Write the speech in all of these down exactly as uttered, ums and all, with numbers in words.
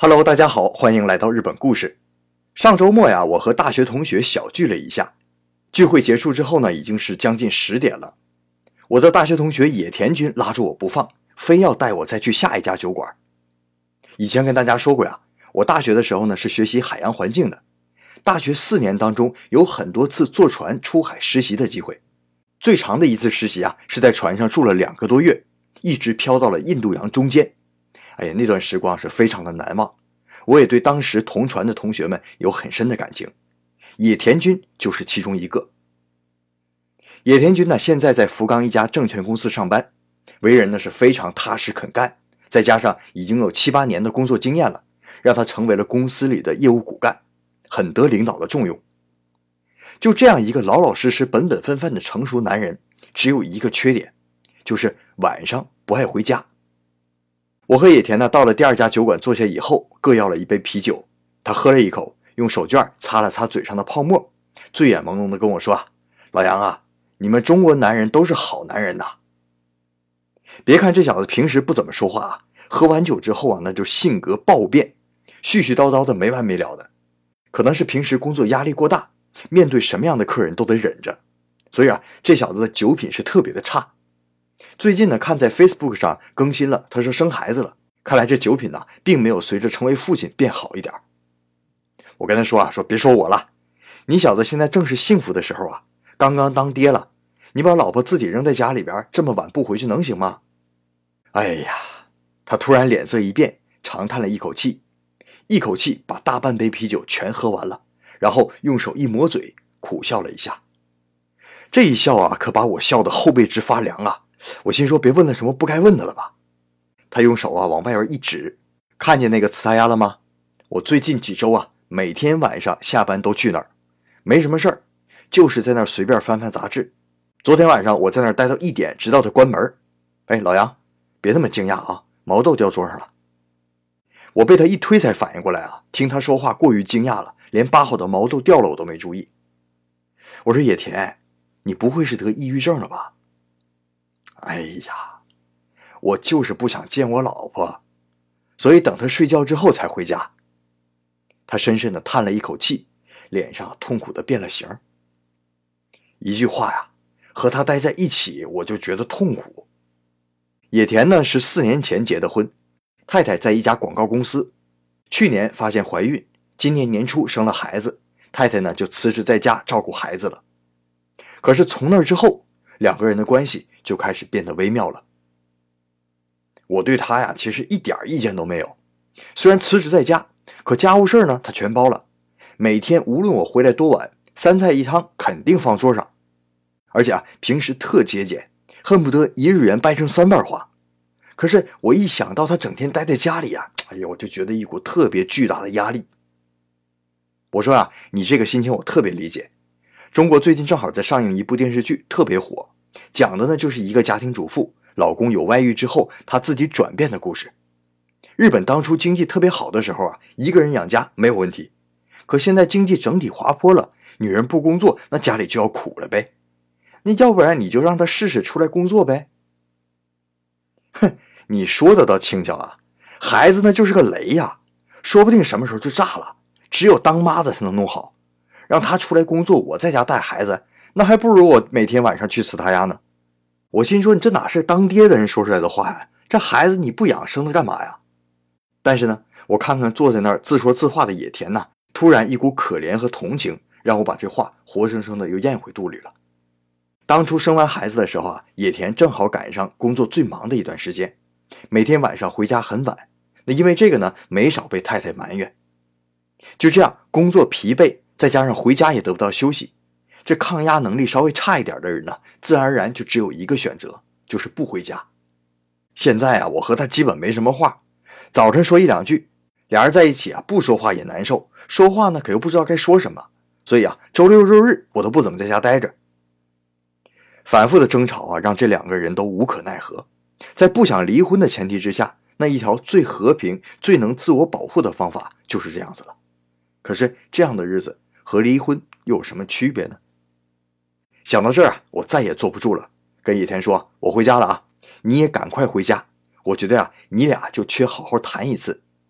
Hello， 大家好，欢迎来到日本故事。上周末呀，我和大学同学小聚了一下。聚会结束之后呢，已经是将近十点了。我的大学同学野田君拉住我不放，非要带我再去下一家酒馆。以前跟大家说过呀，我大学的时候呢是学习海洋环境的。大学四年当中有很多次坐船出海实习的机会。最长的一次实习啊，是在船上住了两个多月，一直飘到了印度洋中间。哎呀，那段时光是非常的难忘，我也对当时同船的同学们有很深的感情。野田君就是其中一个。野田君呢，现在在福冈一家证券公司上班，为人呢是非常踏实肯干，再加上已经有七八年的工作经验了，让他成为了公司里的业务骨干，很得领导的重用。就这样一个老老实实、本本分分的成熟男人，只有一个缺点，就是晚上不爱回家。我和野田呢，到了第二家酒馆坐下以后，各要了一杯啤酒。他喝了一口，用手绢擦了擦嘴上的泡沫，醉眼朦胧地跟我说啊：“老杨啊，你们中国男人都是好男人呐。”别看这小子平时不怎么说话啊，喝完酒之后啊，那就性格暴变，絮絮叨叨的没完没了的。可能是平时工作压力过大，面对什么样的客人都得忍着，所以啊，这小子的酒品是特别的差。最近呢，看在 Facebook 上更新了，他说生孩子了，看来这酒品呢，并没有随着成为父亲变好一点。我跟他说啊，说别说我了，你小子现在正是幸福的时候啊，刚刚当爹了，你把老婆自己扔在家里边，这么晚不回去能行吗？哎呀，他突然脸色一变，长叹了一口气，一口气把大半杯啤酒全喝完了，然后用手一抹嘴，苦笑了一下。这一笑啊，可把我笑得后背直发凉啊！我心说别问了什么不该问的了吧。他用手啊往外边一指，看见那个茨塔亚了吗？我最近几周啊，每天晚上下班都去那儿，没什么事儿，就是在那儿随便翻翻杂志。昨天晚上我在那儿待到一点，直到他关门。哎，老杨，别那么惊讶啊，毛豆掉桌上了。我被他一推才反应过来啊，听他说话过于惊讶了，连扒好的毛豆掉了我都没注意。我说野田，你不会是得抑郁症了吧？哎呀，我就是不想见我老婆，所以等她睡觉之后才回家。他深深地叹了一口气，脸上痛苦地变了形。一句话呀，和他待在一起我就觉得痛苦。野田呢是四年前结的婚，太太在一家广告公司，去年发现怀孕，今年年初生了孩子，太太呢就辞职在家照顾孩子了。可是从那之后，两个人的关系就开始变得微妙了。我对他呀，其实一点意见都没有。虽然辞职在家，可家务事呢，他全包了。每天无论我回来多晚，三菜一汤肯定放桌上。而且啊，平时特节俭，恨不得一日元掰成三瓣花。可是我一想到他整天待在家里啊，哎呀，我就觉得一股特别巨大的压力。我说啊，你这个心情我特别理解。中国最近正好在上映一部电视剧，特别火，讲的呢就是一个家庭主妇，老公有外遇之后，她自己转变的故事。日本当初经济特别好的时候啊，一个人养家没有问题。可现在经济整体滑坡了，女人不工作，那家里就要苦了呗。那要不然你就让她试试出来工作呗。哼，你说的倒轻巧啊，孩子那就是个雷呀，说不定什么时候就炸了，只有当妈的才能弄好。让他出来工作，我在家带孩子，那还不如我每天晚上去茨塔亚呢。我心说，你这哪是当爹的人说出来的话呀？这孩子你不养生他干嘛呀？但是呢，我看看坐在那儿自说自话的野田呢，突然一股可怜和同情，让我把这话活生生的又咽回肚里了。当初生完孩子的时候啊，野田正好赶上工作最忙的一段时间，每天晚上回家很晚，那因为这个呢，没少被太太埋怨。就这样，工作疲惫，再加上回家也得不到休息，这抗压能力稍微差一点的人呢，自然而然就只有一个选择，就是不回家。现在啊，我和他基本没什么话，早晨说一两句，俩人在一起啊，不说话也难受，说话呢可又不知道该说什么，所以啊，周六周日我都不怎么在家待着。反复的争吵啊，让这两个人都无可奈何。在不想离婚的前提之下，那一条最和平、最能自我保护的方法就是这样子了。可是这样的日子和离婚又有什么区别呢？想到这儿啊，我再也坐不住了，跟野田说：“我回家了啊，你也赶快回家。我觉得啊，你俩就缺好好谈一次，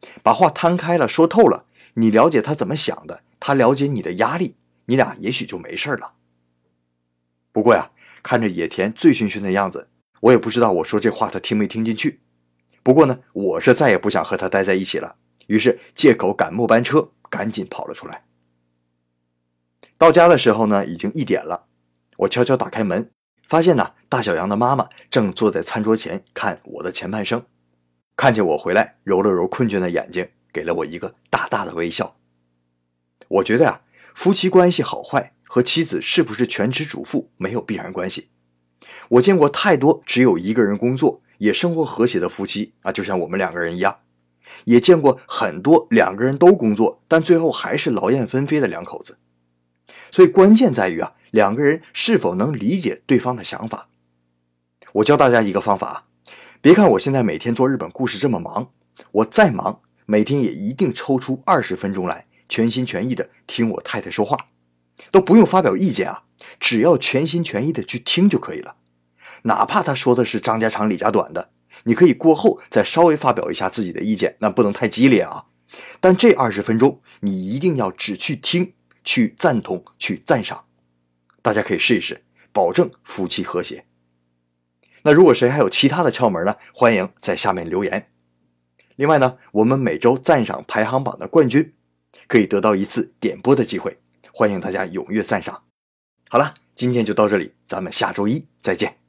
把话摊开了，说透了，你了解他怎么想的，他了解你的压力，你俩也许就没事了。不过呀，看着野田醉醺醺的样子，我也不知道我说这话他听没听进去。不过呢，我是再也不想和他待在一起了，于是借口赶末班车，赶紧跑了出来。到家的时候呢，已经一点了。我悄悄打开门，发现呢，大小杨的妈妈正坐在餐桌前看我的前半生。看见我回来，揉了揉困倦的眼睛，给了我一个大大的微笑。我觉得啊，夫妻关系好坏和妻子是不是全职主妇没有必然关系。我见过太多只有一个人工作也生活和谐的夫妻啊，就像我们两个人一样，也见过很多两个人都工作但最后还是劳燕分飞的两口子。所以关键在于啊，两个人是否能理解对方的想法。我教大家一个方法啊，别看我现在每天做日本故事这么忙，我再忙每天也一定抽出二十分钟来全心全意的听我太太说话，都不用发表意见啊，只要全心全意的去听就可以了。哪怕他说的是张家长李家短的，你可以过后再稍微发表一下自己的意见，那不能太激烈啊。但这二十分钟你一定要只去听，去赞同，去赞赏。大家可以试一试，保证夫妻和谐。那如果谁还有其他的窍门呢，欢迎在下面留言。另外呢，我们每周赞赏排行榜的冠军可以得到一次点播的机会，欢迎大家踊跃赞赏。好了，今天就到这里，咱们下周一再见。